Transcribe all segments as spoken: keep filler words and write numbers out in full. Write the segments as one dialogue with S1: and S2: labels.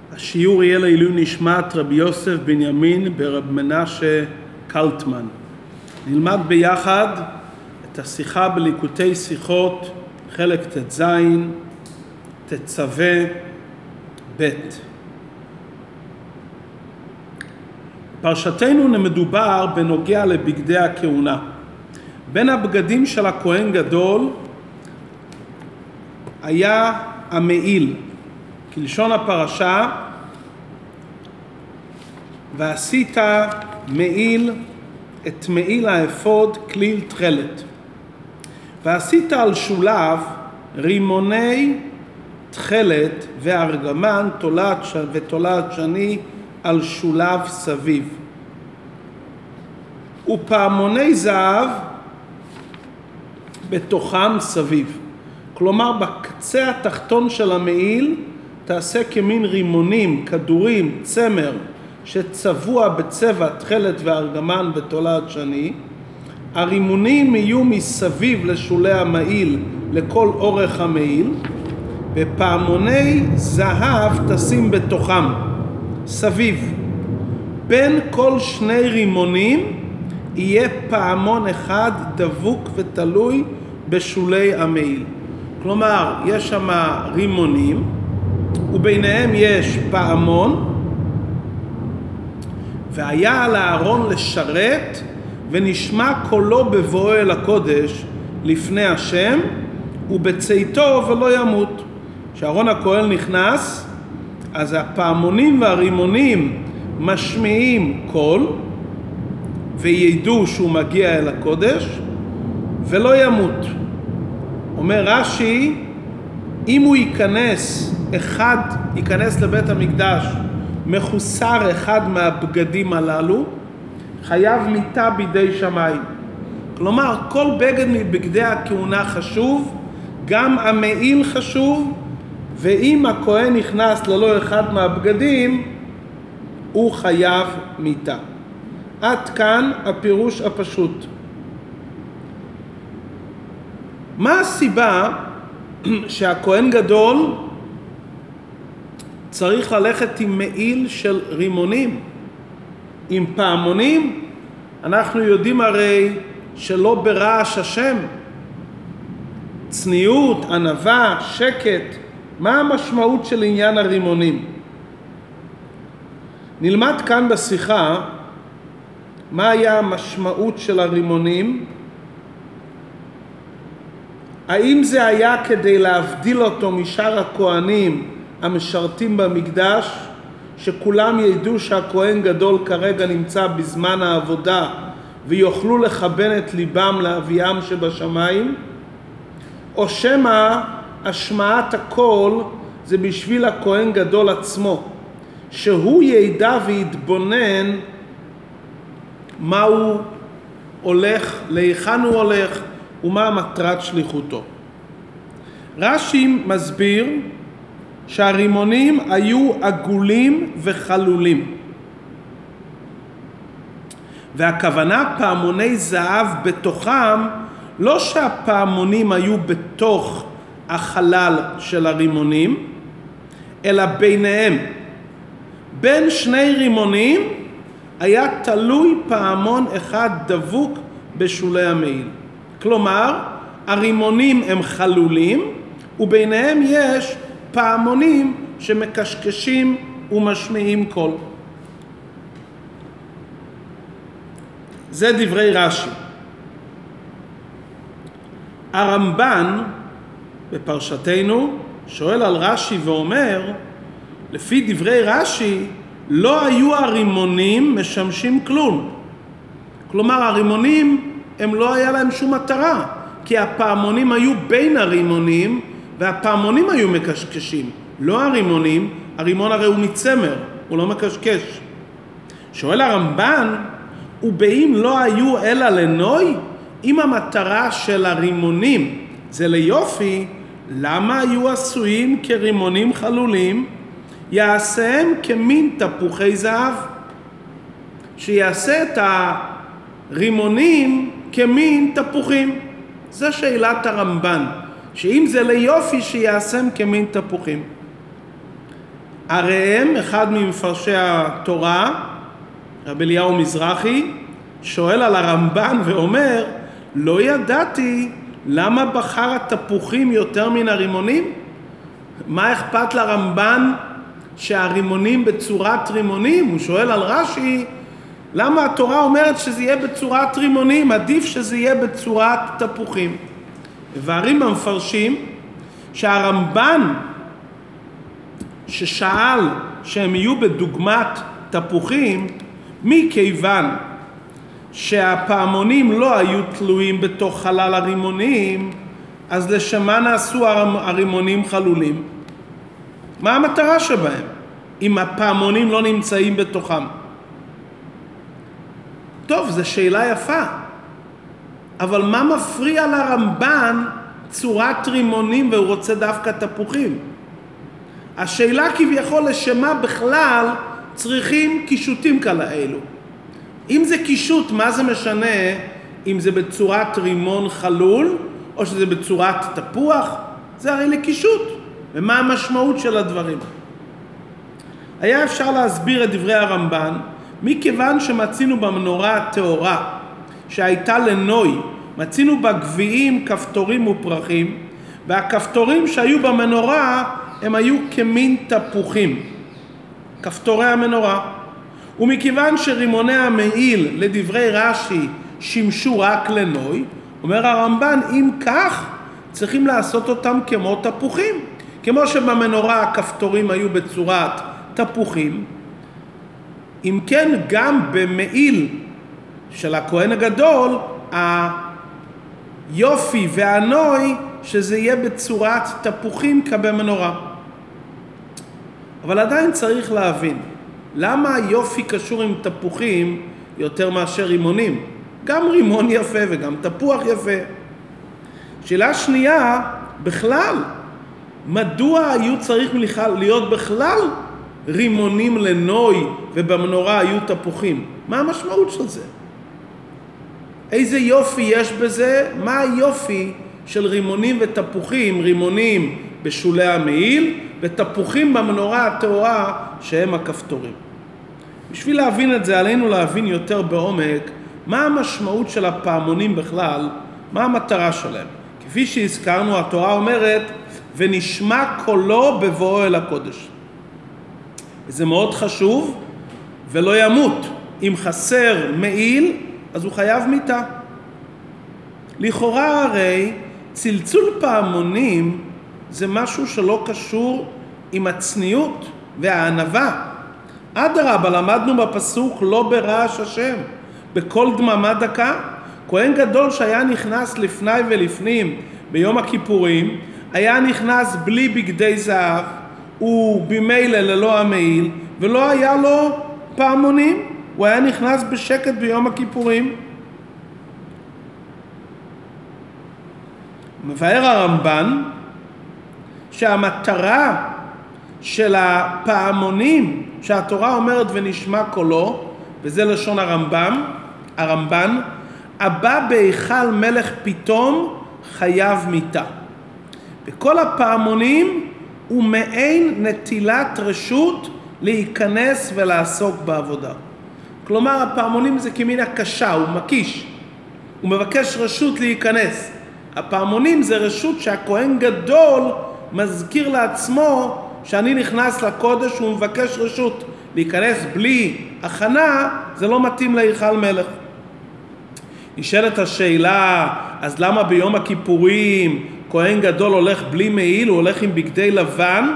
S1: השיעור יהיה לעילוי נשמת רבי יוסף בנימין ברב מנשה קלטמן. נלמד ביחד את השיחה בליקוטי שיחות, חלק ט"ז, תצווה ב'. פרשתנו מדובר בנוגע לבגדי הכהונה. בין הבגדים של הכהן גדול היה המעיל, כלשון הפרשה, ועשית מעיל את מעיל האפוד כליל תכלת, ועשית על שולב רימוני תכלת וארגמן תולעת ותולעת שני על שולב סביב, ופעמוני זהב בתוכם סביב. כלומר, בקצה התחתון של המעיל תעשה כמין רימונים, כדורים, צמר, שצבוע בצבע תכלת וארגמן ותולעת שני. הרימונים יהיו מסביב לשולי המעיל לכל אורך המעיל, ופעמוני זהב תשים בתוכם, סביב. בין כל שני רימונים יהיה פעמון אחד דבוק ותלוי בשולי המעיל. כלומר, יש שם רימונים, וביניהם יש פעמון, והיה על הארון לשרת, ונשמע קולו בבואו אל הקודש לפני השם, ובצאתו ולא ימות. כשארון הכהן נכנס, אז הפעמונים והרימונים משמיעים קול, וידעו שהוא מגיע אל הקודש, ולא ימות. אומר רש"י, אם הוא ייכנס אחד, ייכנס לבית המקדש, מחוסר אחד מהבגדים הללו, חייב מיתה בידי שמיים. כלומר, כל בגד מבגדי הכהונה חשוב, גם המעיל חשוב, ואם הכהן נכנס ללא אחד מהבגדים, הוא חייב מיתה. עד כאן הפירוש הפשוט. מה הסיבה שהכהן גדול צריך ללכת עם מעיל של רימונים? עם פעמונים? אנחנו יודעים הרי שלא ברעש השם. צניעות, ענווה, שקט. מה המשמעות של עניין הרימונים? נלמד כאן בשיחה מה היה המשמעות של הרימונים. האם זה היה כדי להבדיל אותו משאר הכהנים המשרתים במקדש, שכולם ידעו שהכהן גדול כרגע נמצא בזמן העבודה ויוכלו לכוון את ליבם לאביהם שבשמיים? או שמא השמעת הקול זה בשביל הכהן גדול עצמו, שהוא ידע ויתבונן מה הוא הולך, להיכן הוא הולך ומה מטרת שליחותו. רש"י מסביר שהרימונים היו עגולים וחלולים, והכוונה פעמוני זהב בתוכם, לא שהפעמונים היו בתוך החלל של הרימונים, אלא ביניהם. בין שני רימונים היה תלוי פעמון אחד דבוק בשולי המעיל. כלומר, הרימונים הם חלולים, וביניהם יש פעמונים שמקשקשים ומשמיעים קול. זה דברי רש"י. הרמב"ן בפרשתנו שואל על רש"י ואומר, לפי דברי רש"י לא היו הרימונים משמשים כלום. כלומר, הרימונים הם לא היה להם שום מטרה, כי הפעמונים היו בין הרימונים, והפעמונים היו מקשקשים, לא הרימונים. הרימון הרי הוא מצמר, הוא לא מקשקש. שואל הרמב"ן, ובאם לא היו אלא לנוי? אם המטרה של הרימונים זה ליופי, למה היו עשויים כרימונים חלולים? יעשיהם כמין תפוחי זהב, שיעשה את הרימונים כמין תפוחים. זה שאלת הרמב"ן, שאם זה ליופי שיעשם כמין תפוחים. הראם, אחד ממפרשי התורה, רבי אליהו מזרחי, שואל על הרמב"ן ואומר, לא ידעתי למה בחר התפוחים יותר מן הרימונים? מה אכפת לרמב"ן שהרימונים בצורת רימונים? הוא שואל על רש"י, למה התורה אומרת שזה יהיה בצורת רימונים? עדיף שזה יהיה בצורת תפוחים. והרים המפרשים שהרמב"ן ששאל שהם יהיו בדוגמת תפוחים, מכיוון שהפעמונים לא היו תלויים בתוך חלל הרימונים, אז לשמה נעשו הרימונים חלולים? מה המטרה שבהם אם הפעמונים לא נמצאים בתוכם? טוב, זו שאלה יפה, אבל מה מפריע לרמב"ן צורת רימונים והוא רוצה דווקא תפוחים? השאלה כביכול לשמה בכלל צריכים קישוטים כאלו. אם זה קישוט, מה זה משנה אם זה בצורת רימון חלול או שזה בצורת תפוח? זה הרי לקישוט. ומה המשמעות של הדברים? היה אפשר להסביר את דברי הרמב"ן, מכיוון שמצינו במנורה הטהורה שהייתה לנוי, מצינו בה גביעים, כפתורים ופרחים, והכפתורים שהיו במנורה הם היו כמין תפוחים, כפתורי המנורה. ומכיוון שרימוני המעיל לדברי רש"י שימשו רק לנוי, אומר הרמב"ן, אם כך צריכים לעשות אותם כמו תפוחים. כמו שבמנורה הכפתורים היו בצורת תפוחים, אם כן גם במעיל של הכהן הגדול היופי והנוי שזה יהיה בצורת תפוחים כבמנורה. אבל עדיין צריך להבין למה היופי קשור עם תפוחים יותר מאשר רימונים. גם רימון יפה וגם תפוח יפה. שאלה שנייה, בכלל מדוע היו צריך להיות בכלל רימונים לנוי ובמנורה היו תפוחים? מה המשמעות של זה? איזה יופי יש בזה? מה היופי של רימונים ותפוחים? רימונים בשולי המעיל ותפוחים במנורה הטהורה שהם הכפתורים. בשביל להבין את זה עלינו להבין יותר בעומק מה המשמעות של הפעמונים בכלל, מה המטרה שלהם. כפי שהזכרנו, התורה אומרת ונשמע קולו בבואו אל הקודש. זה מאוד חשוב, ולא ימות. אם חסר מעיל, אז הוא חייב מיתה. לכאורה הרי צלצול פעמונים זה משהו שלא קשור עם הצניעות והענווה. אדרבה, למדנו בפסוק לא ברעש השם, בכל דממה דקה. כהן גדול שהיה נכנס לפני ולפנים ביום הכיפורים, היה נכנס בלי בגדי זהב ובמילא ללא המעיל, ולא היה לו פעמונים, הוא היה נכנס בשקט ביום הכיפורים. מבאר הרמב"ן שהמטרה של הפעמונים שהתורה אומרת ונשמע קולו, וזה לשון הרמב"ן, הרמב"ן, הבא בהיכל מלך פתאום חייב מיתה. בכל הפעמונים הוא מעין נטילת רשות להיכנס ולעסוק בעבודה. כלומר, הפעמונים זה כמין הקשה, הוא מקיש, הוא מבקש רשות להיכנס. הפעמונים זה רשות שהכהן גדול מזכיר לעצמו שאני נכנס לקודש, הוא מבקש רשות להיכנס בלי הכנה, זה לא מתאים להיכל מלך. נשאלת השאלה, אז למה ביום הכיפורים כהן גדול הולך בלי מעיל, הוא הולך עם בגדי לבן?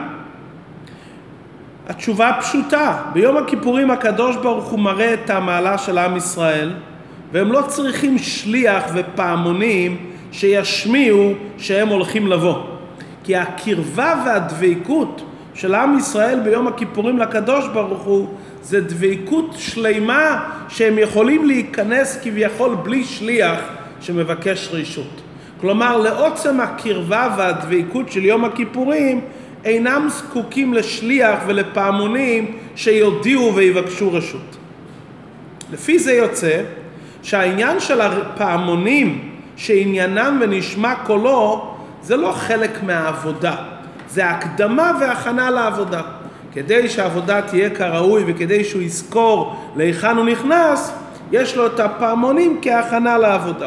S1: התשובה פשוטה, ביום הכיפורים הקדוש ברוך הוא מראה את המעלה של עם ישראל, והם לא צריכים שליח ופעמונים שישמיעו שהם הולכים לבוא. כי הקרבה והדבקות של עם ישראל ביום הכיפורים לקדוש ברוך הוא, זה דבקות שלימה שהם יכולים להיכנס כביכול בלי שליח שמבקש רשות. כלומר, לעוצם הקרבה והדבקות של יום הכיפורים, אינם זקוקים לשליח ולפעמונים שיודיעו ויבקשו רשות. לפי זה יוצא שהעניין של הפעמונים שעניינם ונשמע קולו, זה לא חלק מהעבודה, זה הקדמה והכנה לעבודה. כדי שהעבודה תהיה כראוי וכדי שהוא יזכור להיכן הוא נכנס, יש לו את הפעמונים כהכנה לעבודה.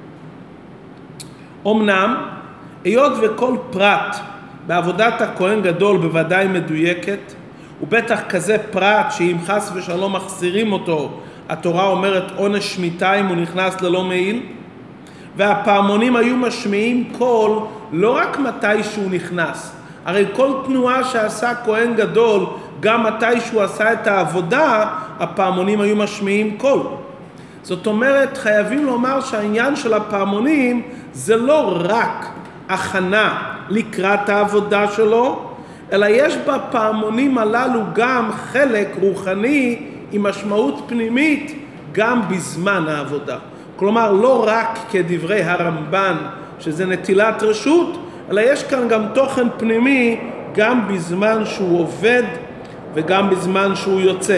S1: אמנם, היות וכל פרט בעבודת הכהן גדול בוודאי מדויקת, ובטח כזה פרט שאם חס ושלום מחזירים אותו, התורה אומרת עונש שמיטה אם הוא נכנס ללא מעיל, והפעמונים היו משמיעים קול לא רק מתי שהוא נכנס, הרי כל תנועה שעשה כהן גדול, גם מתי שהוא עשה את העבודה, הפעמונים היו משמיעים קול. זאת אומרת, חייבים לומר שהעניין של הפעמונים זה לא רק הכנה לקראת העבודה שלו, אלא יש בפעמונים הללו גם חלק רוחני עם משמעות פנימית גם בזמן העבודה. כלומר, לא רק כדברי הרמב"ן, שזה נטילת רשות, אלא יש כאן גם תוכן פנימי גם בזמן שהוא עובד וגם בזמן שהוא יוצא.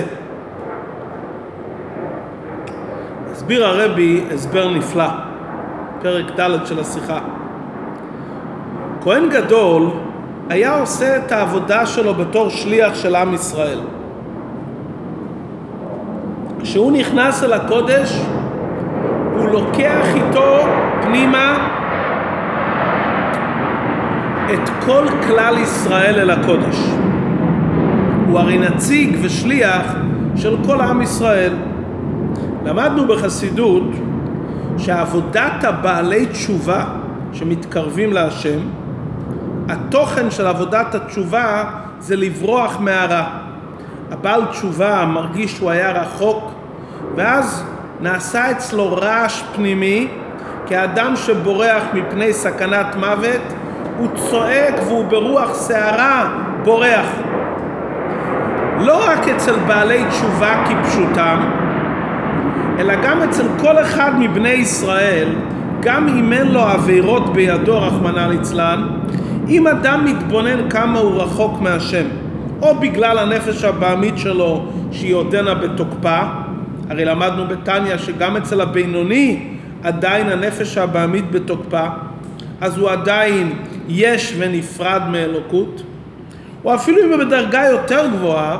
S1: הסביר הרבי הסבר נפלא, פרק ד' של השיחה. כהן גדול היה עושה את העבודה שלו בתור שליח של עם ישראל. כשהוא נכנס אל הקודש, הוא לוקח איתו פנימה את כל כלל ישראל אל הקודש. הוא הרי נציג ושליח של כל עם ישראל. למדנו בחסידות שעבודת הבעלי תשובה שמתקרבים להשם, התוכן של עבודת התשובה זה לברוח מהרע. הבעל תשובה מרגיש שהוא היה רחוק, ואז נעשה אצלו רעש פנימי, כאדם שבורח מפני סכנת מוות, הוא צועק והוא ברוח שערה בורח. לא רק אצל בעלי תשובה כפשוטם, אלא גם אצל כל אחד מבני ישראל, גם אם אין לו עבירות בידו רחמנא ליצלן, אם אדם מתבונן כמה הוא רחוק מהשם, או בגלל הנפש הבעמית שלו שהיא עודנה בתוקפה, הרי למדנו בתניא שגם אצל הבינוני עדיין הנפש הבעמית בתוקפה, אז הוא עדיין יש ונפרד מאלוקות, או אפילו אם הוא בדרגה יותר גבוהה,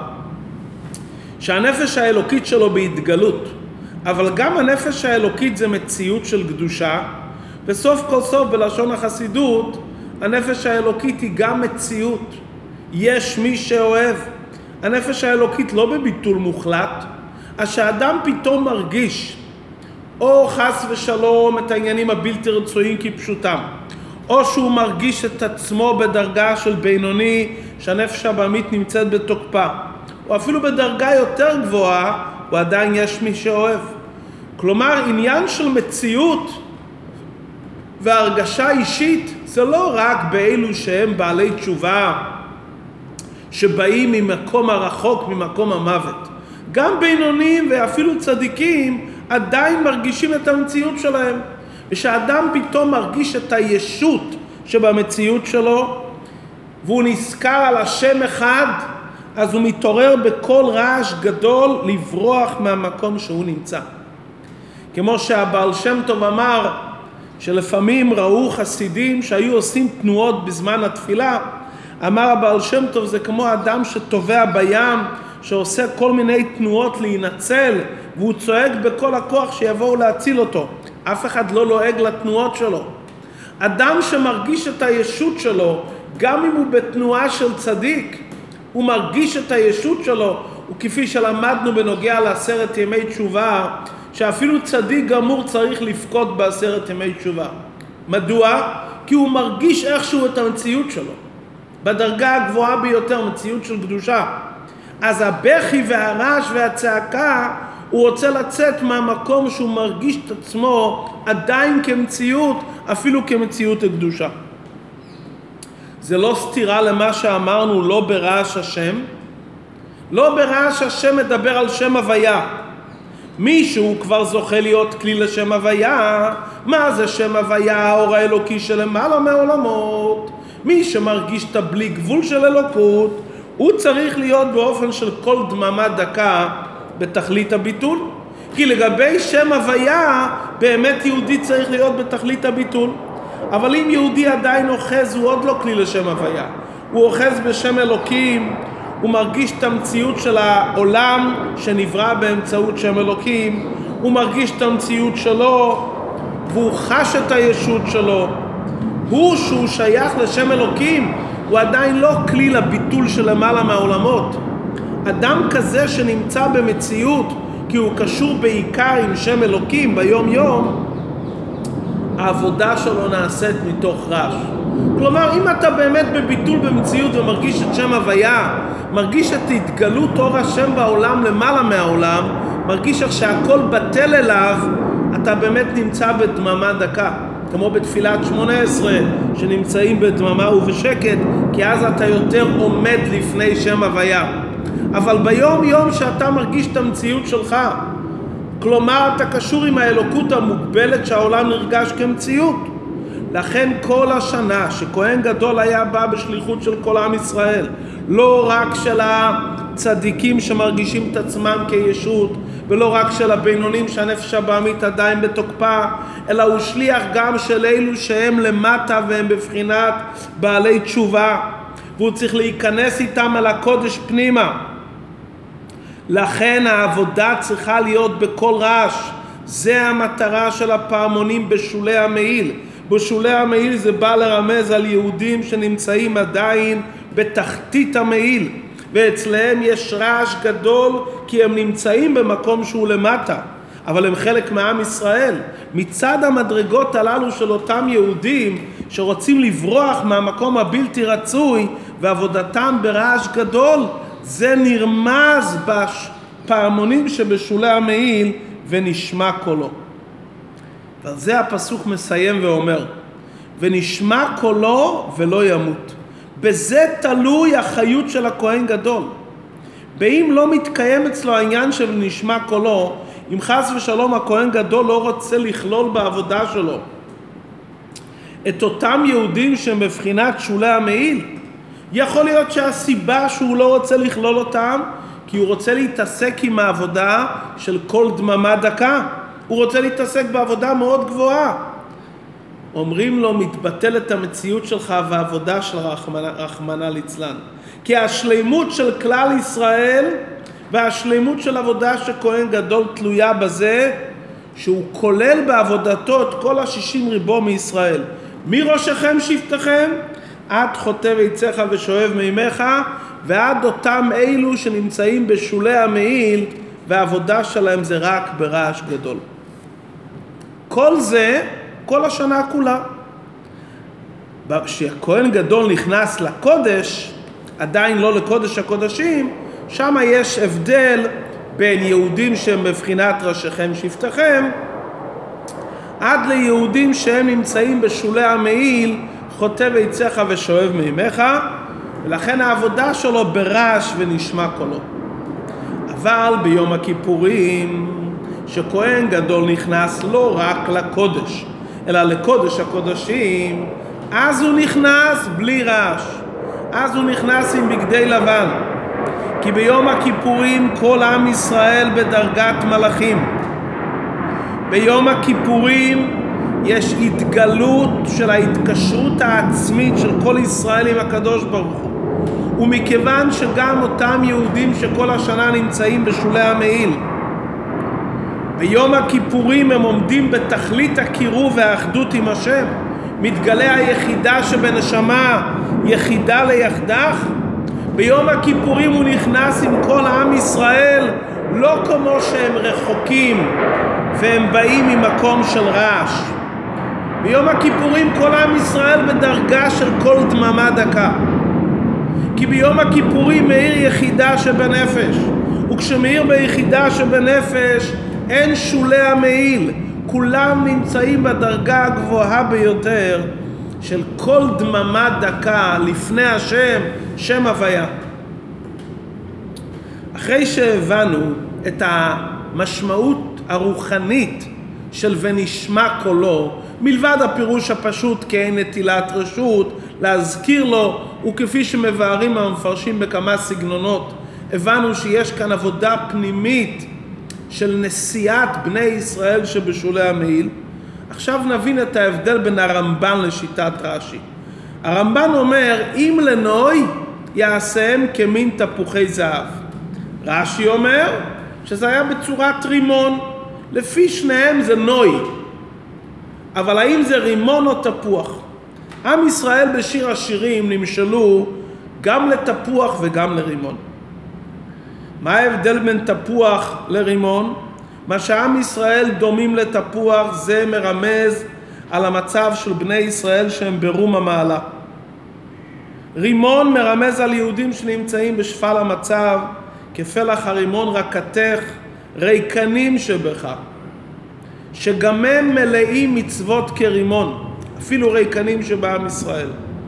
S1: שהנפש האלוקית שלו בהתגלות, אבל גם הנפש האלוקית זה מציאות של קדושה, וסוף כל סוף בלשון החסידות, הנפש האלוקית היא גם מציאות. יש מי שאוהב. הנפש האלוקית לא בביטול מוחלט, אז שהאדם פתאום מרגיש, או חס ושלום את העניינים הבלתי רצויים כפשוטם, או שהוא מרגיש את עצמו בדרגה של בינוני, שהנפש הבעמית נמצאת בתוקפה, או אפילו בדרגה יותר גבוהה, הוא עדיין יש מי שאוהב. כלומר, עניין של מציאות והרגשה אישית, זה לא רק באלו שהם בעלי תשובה, שבאים ממקום הרחוק, ממקום המוות. גם בינונים ואפילו צדיקים עדיין מרגישים את המציאות שלהם. ושאדם פתאום מרגיש את הישות שבמציאות שלו, והוא נזכר על השם אחד, אז הוא מתעורר בכל רעש גדול לברוח מהמקום שהוא נמצא. כמו שהבעל שם טוב אמר, שלפעמים ראו חסידים שהיו עושים תנועות בזמן התפילה, אמר הבעל שם טוב, זה כמו אדם שטובע בים, שעושה כל מיני תנועות להינצל, והוא צועק בכל הכוח שיבואו להציל אותו. אף אחד לא לועג לתנועות שלו. אדם שמרגיש את הישות שלו, גם אם הוא בתנועה של צדיק, הוא מרגיש את הישות שלו, וכפי שלמדנו בנוגע לעשרת ימי תשובה, שאפילו צדיק גמור צריך לפקוד בעשרת ימי תשובה. מדוע? כי הוא מרגיש איכשהו את המציאות שלו. בדרגה הגבוהה ביותר, מציאות של קדושה. אז הבכי והרעש והצעקה, הוא רוצה לצאת מהמקום שהוא מרגיש את עצמו עדיין כמציאות, אפילו כמציאות הקדושה. זה לא סתירה למה שאמרנו, לא ברעש השם. לא ברעש השם מדבר על שם הוויה. מישהו כבר זוכה להיות כלי לשם הוויה. מה זה שם הוויה? האור האלוקי שלמעלה מעולמות. מי שמרגיש את הבלי גבול של אלוקות, הוא צריך להיות באופן של כל דממה דקה בתכלית הביטול. כי לגבי שם הוויה, באמת יהודי צריך להיות בתכלית הביטול. אבל אם יהודי עדיין אוחז, הוא עוד לא כלי לשם הוויה. הוא אוחז בשם אלוקים, הוא מרגיש את המציאות של העולם שנברא באמצעות שם אלוקים, הוא מרגיש את המציאות שלו, והוא חש את הישות שלו. הוא שהוא שייך לשם אלוקים, הוא עדיין לא כלי לביטול של למעלה מהעולמות. אדם כזה שנמצא במציאות, כי הוא קשור בעיקר עם שם אלוקים ביום יום, העבודה שלו נעשית מתוך רעש. כלומר, אם אתה באמת בביטול במציאות ומרגיש את שם הוויה, מרגיש את התגלות אור השם בעולם למעלה מהעולם, מרגיש איך שהכל בטל אליו, אתה באמת נמצא בדממה דקה. כמו בתפילת שמונה עשרה, שנמצאים בדממה ובשקט, כי אז אתה יותר עומד לפני שם הוויה. אבל ביום יום שאתה מרגיש את המציאות שלך, כלומר אתה קשור עם האלוקות המוגבלת שהעולם נרגש כמציאות. לכן כל השנה שכהן גדול היה בא בשליחות של כל עם ישראל, לא רק של הצדיקים שמרגישים את עצמם כישות, ולא רק של הבינונים שהנפש הבאמית עדיין בתוקפה, אלא הוא שליח גם של אלו שהם למטה והם בבחינת בעלי תשובה, והוא צריך להיכנס איתם על הקודש פנימה. לכן העבודה צריכה להיות בכל רעש. זה המטרה של הפעמונים בשולי המעיל. בשולי המעיל זה בא לרמז על יהודים שנמצאים עדיין בתחתית המעיל, ואצלהם יש רעש גדול כי הם נמצאים במקום שהוא למטה, אבל הם חלק מעם ישראל. מצד המדרגות הללו של אותם יהודים שרוצים לברוח מהמקום הבלתי רצוי ועבודתם ברעש גדול, זה נרמז בפעמונים שבשולי המעיל ונשמע קולו. וזה הפסוק מסיים ואומר, ונשמע קולו ולא ימות. בזה תלוי החיות של הכהן גדול. באם לא מתקיים אצלו העניין של נשמע קולו, אם חס ושלום הכהן גדול לא רוצה לכלול בעבודה שלו את אותם יהודים שהם בבחינת שולי המעיל, יכול להיות שהסיבה שהוא לא רוצה לכלול אותם כי הוא רוצה להתעסק עם העבודה של כל דממה דקה. הוא רוצה להתעסק בעבודה מאוד גבוהה. אומרים לו, מתבטלת המציאות שלך והעבודה של רחמנה, רחמנה ליצלן. כי השלימות של כלל ישראל והשלימות של עבודה שכהן גדול תלויה בזה שהוא כולל בעבודתו את כל השישים ריבו מישראל. מראשכם שבטכם עד חוטב עציך ושואב מימיך, ועד אותם אלו שנמצאים בשולי המעיל והעבודה שלהם זה רק ברעש גדול. כל זה כל השנה כולה. כשהכהן גדול נכנס לקודש, עדיין לא לקודש הקודשים, שם יש הבדל בין יהודים שהם בבחינת ראשיכם שבטכם, עד ליהודים שהם נמצאים בשולי המעיל, חוטב עציך ושואב מימיך, ולכן העבודה שלו ברעש ונשמע קולו. אבל ביום הכיפורים, שכהן גדול נכנס לא רק לקודש, אלא לקודש הקודשים, אז הוא נכנס בלי רעש. אז הוא נכנס עם בגדי לבן. כי ביום הכיפורים כל עם ישראל בדרגת מלאכים. ביום הכיפורים יש התגלות של ההתקשרות העצמית של כל ישראל עם הקדוש ברוך הוא. ומכיוון שגם אותם יהודים שכל השנה נמצאים בשולי המעיל, ביום הכיפורים הם עומדים בתכלית הקירוב והאחדות עם השם, מתגלה היחידה שבנשמה יחידה ליחדך. ביום הכיפורים הוא נכנס עם כל עם ישראל, לא כמו שהם רחוקים והם באים ממקום של רעש. ביום הכיפורים כל עם ישראל בדרגה של כל דממה דקה. כי ביום הכיפורים מאיר יחידה שבנפש, וכשמאיר ביחידה שבנפש אין שולי המעיל, כולם נמצאים בדרגה הגבוהה ביותר של כל דממה דקה לפני השם, שם הוויה. אחרי שהבנו את המשמעות הרוחנית של ונשמע קולו, מלבד הפירוש הפשוט כאין נטילת רשות, להזכיר לו, וכפי שמבארים המפרשים בכמה סגנונות, הבנו שיש כאן עבודה פנימית של נשיאת בני ישראל שבשולי המעיל. עכשיו נבין את ההבדל בין הרמב"ן לשיטת רש"י. הרמב"ן אומר, אם לנוי, יעשיהם כמין תפוחי זהב. רש"י אומר שזה היה בצורת רימון, לפי שניהם זה נוי, אבל האם זה רימון או תפוח? עם ישראל בשיר השירים נמשלו גם לתפוח וגם לרימון. מה ההבדל בין תפוח לרימון? מה שעם ישראל דומים לתפוח זה מרמז על המצב של בני ישראל שהם ברום המעלה. רימון מרמז על יהודים שנמצאים בשפל המצב, כפלח הרימון רקתך, ריקנים שבך, שגם הם מלאים מצוות כרימון, אפילו ריקנים שבעם ישראל.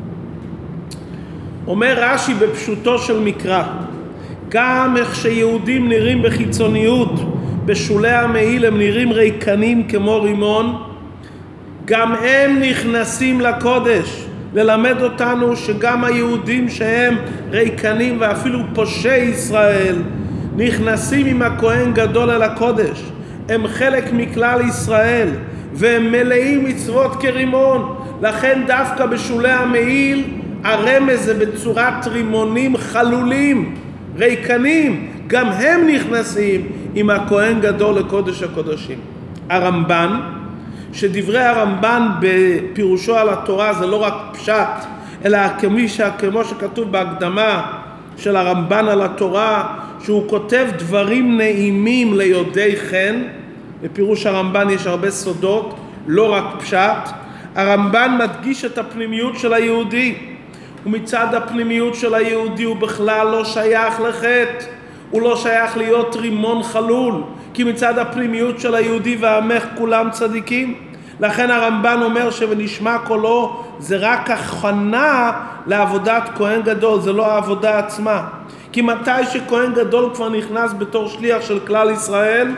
S1: אומר רש"י בפשוטו של מקרא, גם איך שיהודים נראים בחיצוניות, בשולי המעיל הם נראים ריקנים כמו רימון, גם הם נכנסים לקודש, ללמד אותנו שגם היהודים שהם ריקנים ואפילו פושעי ישראל נכנסים עם הכהן גדול אל הקודש, הם חלק מכלל ישראל והם מלאים מצוות כרימון. לכן דווקא בשולי המעיל הרמז זה בצורת רימונים חלולים, ריקנים, גם הם נכנסים עם הכהן גדול לקודש הקודשים. הרמב"ן, שדברי הרמב"ן בפירושו על התורה זה לא רק פשט, אלא כמו שכתוב בהקדמה של הרמב"ן על התורה, שהוא כותב דברים נעימים ליודעי חן. בפירוש הרמב"ן יש הרבה סודות, לא רק פשט. הרמב"ן מדגיש את הפנימיות של היהודי, ומצד הפנימיות של היהודי הוא בכלל לא שייך לחטא, הוא לא שייך להיות רימון חלול, כי מצד הפנימיות של היהודי והעמך כולם צדיקים. לכן הרמב"ן אומר שבנשמע קולו זה רק הכנה לעבודת כהן גדול, זה לא העבודה עצמה. כי מתי שכהן גדול כבר נכנס בתור שליח של כלל ישראל,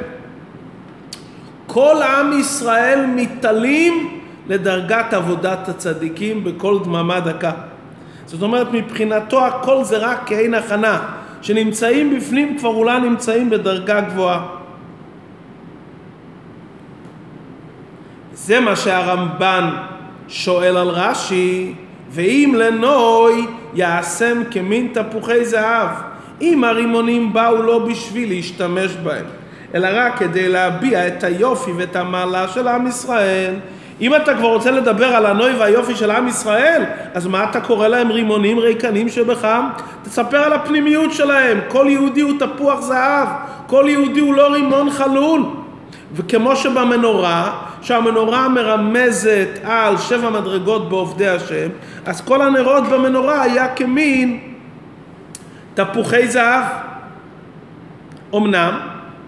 S1: כל עם ישראל מתעלים לדרגת עבודת הצדיקים בכל דממה דקה. זאת אומרת, מבחינתו הכל זה רק כעין הכנה, שנמצאים בפנים כבר אולי נמצאים בדרגה גבוהה. זה מה שהרמב"ן שואל על רש"י, ואם לנוי יעשם כמין תפוחי זהב, אם הרימונים באו לא בשביל להשתמש בהם, אלא רק כדי להביע את היופי ואת המעלה של עם ישראל. אם אתה כבר רוצה לדבר על הנוי והיופי של עם ישראל, אז מה אתה קורא להם רימונים ריקנים שבך? תספר על הפנימיות שלהם. כל יהודי הוא תפוח זהב, כל יהודי הוא לא רימון חלול. וכמו שבמנורה, שהמנורה מרמזת על שבע מדרגות בעובדי השם, אז כל הנרות במנורה היה כמין תפוחי זהב. אמנם,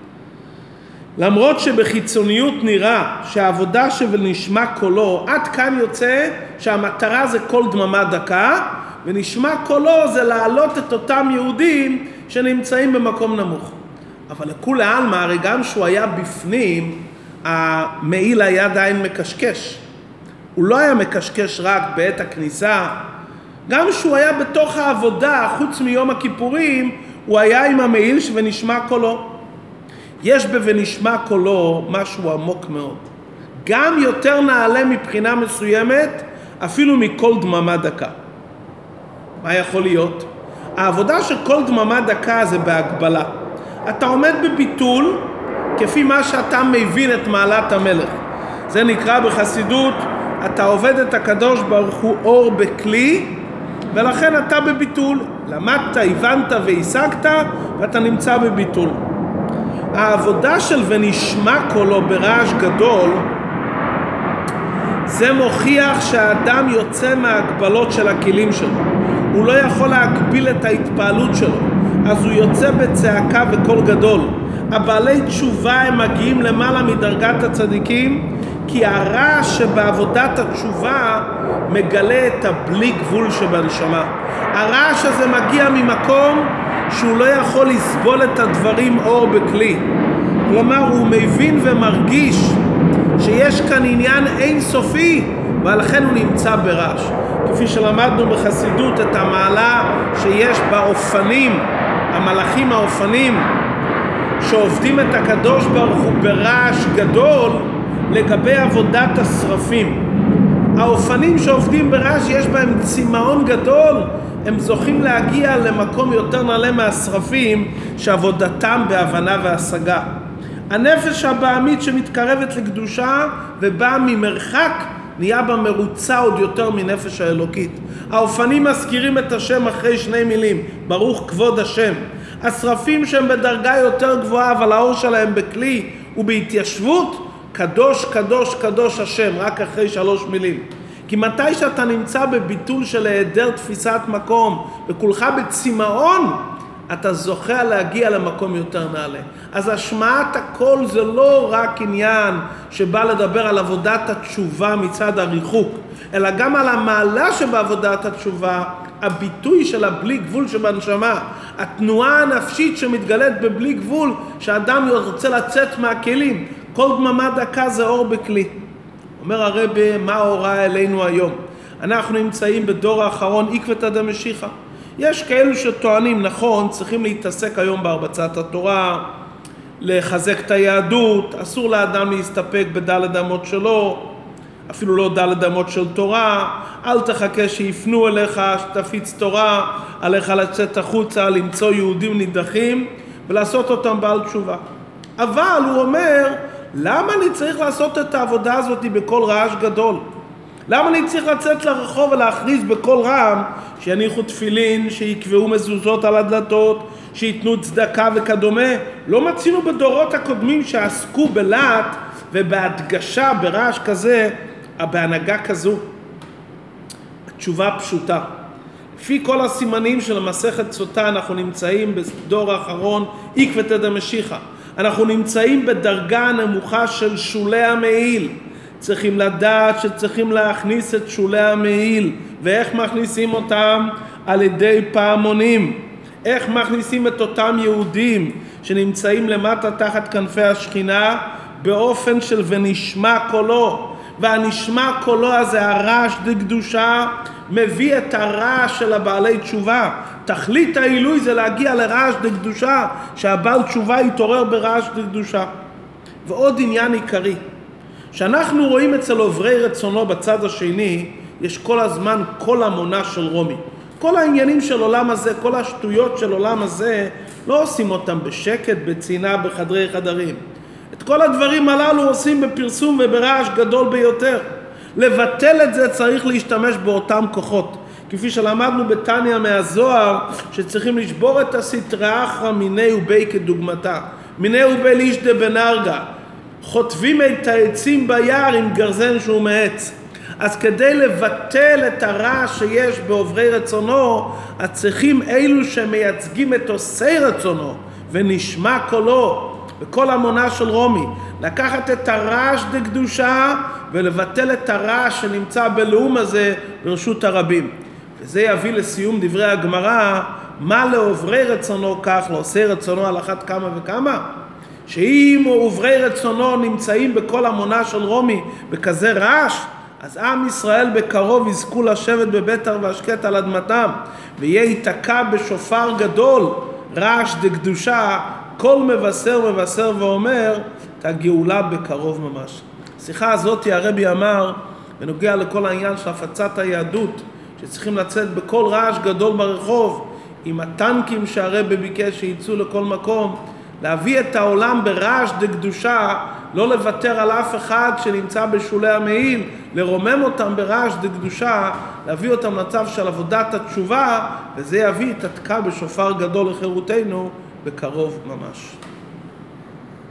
S1: למרות שבחיצוניות נראה שהעבודה שבנשמע קולו, עד כאן יוצא שהמטרה זה כל דממה דקה, ונשמע קולו זה להעלות את אותם יהודים שנמצאים במקום נמוך. אבל לכולי עלמא, הרי גם שהוא היה בפנים, המעיל היה עדיין מקשקש. הוא לא היה מקשקש רק בעת הכניסה, גם שהוא היה בתוך העבודה, חוץ מיום הכיפורים, הוא היה עם המעיל ונשמע קולו. יש ב"ונשמע קולו" משהו עמוק מאוד. גם יותר נעלה מבחינה מסוימת, אפילו מכל דממה דקה. מה יכול להיות? העבודה של כל דממה דקה זה בהגבלה. אתה עומד בביטול, כפי מה שאתה מבין את מעלת המלך. זה נקרא בחסידות, אתה עובד את הקדוש ברוך הוא אור בכלי, ולכן אתה בביטול. למדת, הבנת והשגת, ואתה נמצא בביטול. העבודה של ונשמע קולו ברעש גדול, זה מוכיח שהאדם יוצא מההגבלות של הכלים שלו. הוא לא יכול להגביל את ההתפעלות שלו, אז הוא יוצא בצעקה וקול גדול. הבעלי תשובה הם מגיעים למעלה מדרגת הצדיקים, כי הרעש שבעבודת התשובה מגלה את הבלי גבול שבנשמה. הרעש הזה מגיע ממקום שהוא לא יכול לסבול את הדברים אור בכלי. כלומר, הוא מבין ומרגיש שיש כאן עניין אינסופי, ולכן הוא נמצא ברעש. כפי שלמדנו בחסידות את המעלה שיש באופנים, המלאכים האופנים, שעובדים את הקדוש ברוך הוא ברעש גדול לגבי עבודת השרפים. האופנים שעובדים ברעש יש בהם צמאון גדול, הם זוכים להגיע למקום יותר נעלה מהשרפים שעבודתם בהבנה והשגה. הנפש הבעמית שמתקרבת לקדושה ובאה ממרחק נהיה בה מרוצה עוד יותר מנפש האלוקית. האופנים מזכירים את השם אחרי שני מילים, ברוך כבוד השם. השרפים שהם בדרגה יותר גבוהה אבל האור שלהם בכלי ובהתיישבות, קדוש קדוש קדוש השם, רק אחרי שלוש מילים. כי מתי שאתה נמצא בביטול של היעדר תפיסת מקום וכולך בצמאון, אתה זוכה להגיע למקום יותר נעלה. אז השמעת הכל זה לא רק עניין שבא לדבר על עבודת התשובה מצד הריחוק, אלא גם על המעלה שבעבודת התשובה, הביטוי של הבלי גבול שבנשמה, התנועה הנפשית שמתגלית בבלי גבול, שאדם רוצה לצאת מהכלים. כל דממה דקה זה אור בכלי. אומר הרב, מה הוראה אלינו היום? אנחנו נמצאים בדור האחרון, עקבתא דמשיחא. יש כאלו שטוענים, נכון, צריכים להתעסק היום בהרבצת התורה, לחזק את היהדות, אסור לאדם להסתפק בדלת אמות שלו, אפילו לא דלת אמות של תורה, אל תחכה שיפנו אליך, שתפיץ תורה, עליך לצאת החוצה, למצוא יהודים נידחים ולעשות אותם בעל תשובה. אבל הוא אומר, למה אני צריך לעשות את העבודה הזאת בכל רעש גדול? למה אני צריך לצאת לרחוב ולהכריז בכל רעם שיניחו תפילין, שיקבעו מזוזות על הדלתות, שיתנו צדקה וכדומה? לא מצינו בדורות הקודמים שעסקו בלהט ובהדגשה ברעש כזה, בהנהגה כזו. התשובה פשוטה. לפי כל הסימנים של המסכת סוטה אנחנו נמצאים בדור האחרון, עקבתא דמשיחא. אנחנו נמצאים בדרגה הנמוכה של שולי המעיל. צריכים לדעת שצריכים להכניס את שולי המעיל. ואיך מכניסים אותם? על ידי פעמונים. איך מכניסים את אותם יהודים שנמצאים למטה תחת כנפי השכינה? באופן של ונשמע קולו. והנשמע קולו הזה, הרעש דקדושה, מביא את הרעש של הבעלי תשובה. תכלית העילוי זה להגיע לרעש דקדושה, שהבעל תשובה יתעורר ברעש דקדושה. ועוד עניין עיקרי, שאנחנו רואים אצל עוברי רצונו בצד השני, יש כל הזמן כל המונה של רומי. כל העניינים של עולם הזה, כל השטויות של עולם הזה, לא עושים אותם בשקט, בצינה, בחדרי חדרים. את כל הדברים הללו עושים בפרסום וברעש גדול ביותר. לבטל את זה צריך להשתמש באותם כוחות. כפי שלמדנו בתניא מהזוהר, שצריכים לשבור את הסטרא אחרא מיני ובי כדוגמתה. מיני ובי לישדא בנרגה. חוטבים את העצים ביער עם גרזן שהוא מעץ. אז כדי לבטל את הרעש שיש בעוברי רצונו, אז צריכים אלו שמייצגים את עושי רצונו, ונשמע קולו, בכל המונה של רומי, לקחת את הרעש דקדושה ולבטל את הרעש שנמצא בלאום הזה ברשות הרבים. וזה יביא לסיום דברי הגמרא, מה לעוברי רצונו כך, לעושי רצונו על אחת כמה וכמה? שאם עוברי רצונו נמצאים בכל המונה של רומי בכזה רעש, אז עם ישראל בקרוב יזכו לשבת בביתר והשקט על אדמתם, ויהיה ייתקע בשופר גדול, רעש דקדושה, כל מבשר מבשר ואומר, את הגאולה בקרוב ממש. השיחה הזאת הרבי אמר, בנוגע לכל העניין של הפצת היהדות, שצריכים לצאת בכל רעש גדול ברחוב, עם הטנקים שהרבי ביקש שיצאו לכל מקום, להביא את העולם ברעש דקדושה, לא לוותר על אף אחד שנמצא בשולי המעיל, לרומם אותם ברעש דקדושה, להביא אותם למצב של עבודת התשובה, וזה יביא את התקע בשופר גדול לחירותנו בקרוב ממש.